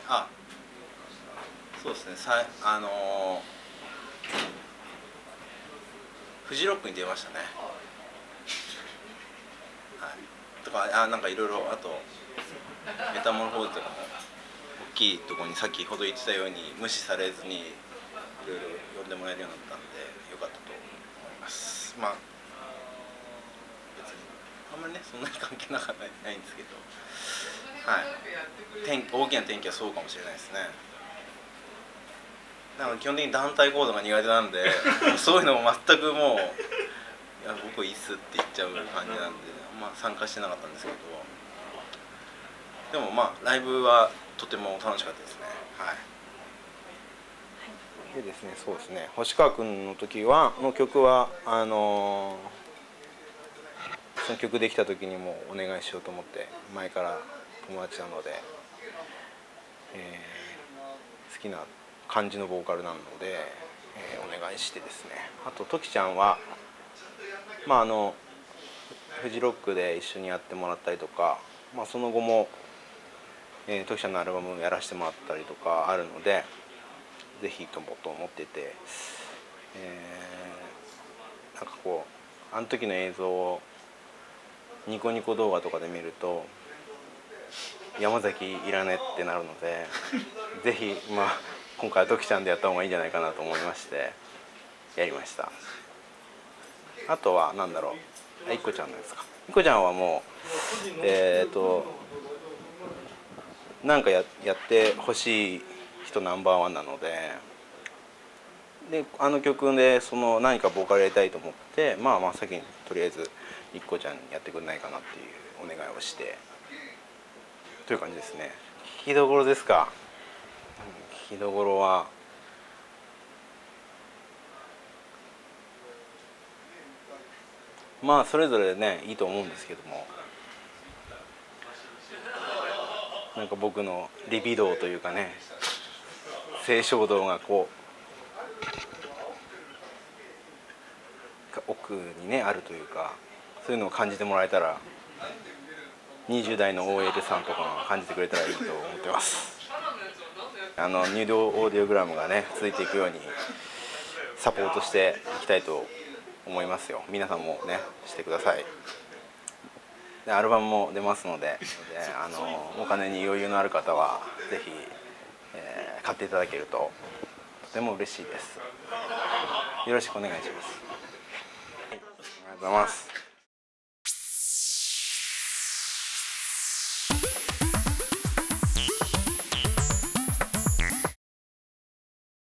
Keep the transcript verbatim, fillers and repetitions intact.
あ、そうですね、さあのー、フジロックに出ましたね。はい、とかあなんかいろいろ、あとメタモルフォーズとかも大きいところに先ほど言ってたように無視されずにいろいろ呼んでもらえるようになったんでよかったと思います。まあ別にあんまりねそんなに関係なかったないんですけど、はい、天大きな転機はそうかもしれないですね。なんか基本的に団体行動が苦手なんでそういうのも全くもういや僕いいっすって言っちゃう感じなんであんま参加してなかったんですけど、でもまあライブはとても楽しかったですね。はい。でですね、そうですね、星川君の時はの曲はあのー、その曲できた時にもお願いしようと思って前から友達なので、えー、好きな感じのボーカルなので、えー、お願いしてですね、あとトキちゃんはまああのフジロックで一緒にやってもらったりとか、まあ、その後も、えー、トキちゃんのアルバムやらせてもらったりとかあるのでぜひともと思ってて、えー、なんかこうあの時の映像をニコニコ動画とかで見ると山崎いらねってなるのでぜひ、まあ、今回はトキちゃんでやった方がいいんじゃないかなと思いましてやりました。あとは何だろう、いっこちゃんですか。いっこちゃんはもうえっ、ー、となんか や, やってほしい人ナンバーワンなので、であの曲でその何かボーカルやりたいと思って、まあまあ先にとりあえずいっこちゃんやってくれないかなっていうお願いをしてという感じですね。聞きどころですか。聞きどころはまあそれぞれねいいと思うんですけども、なんか僕のリビドーというかね、性衝動がこう奥にねあるというか、そういうのを感じてもらえたらにじゅう代の オーエル さんとかが感じてくれたらいいと思ってます。あの入力オーディオグラムがね続いていくようにサポートしていきたいと思いますよ。皆さんもねしてください。でアルバムも出ますの で, であのお金に余裕のある方はぜひ、えー、買っていただけるととても嬉しいです。よろしくお願いします。ありがとうございます。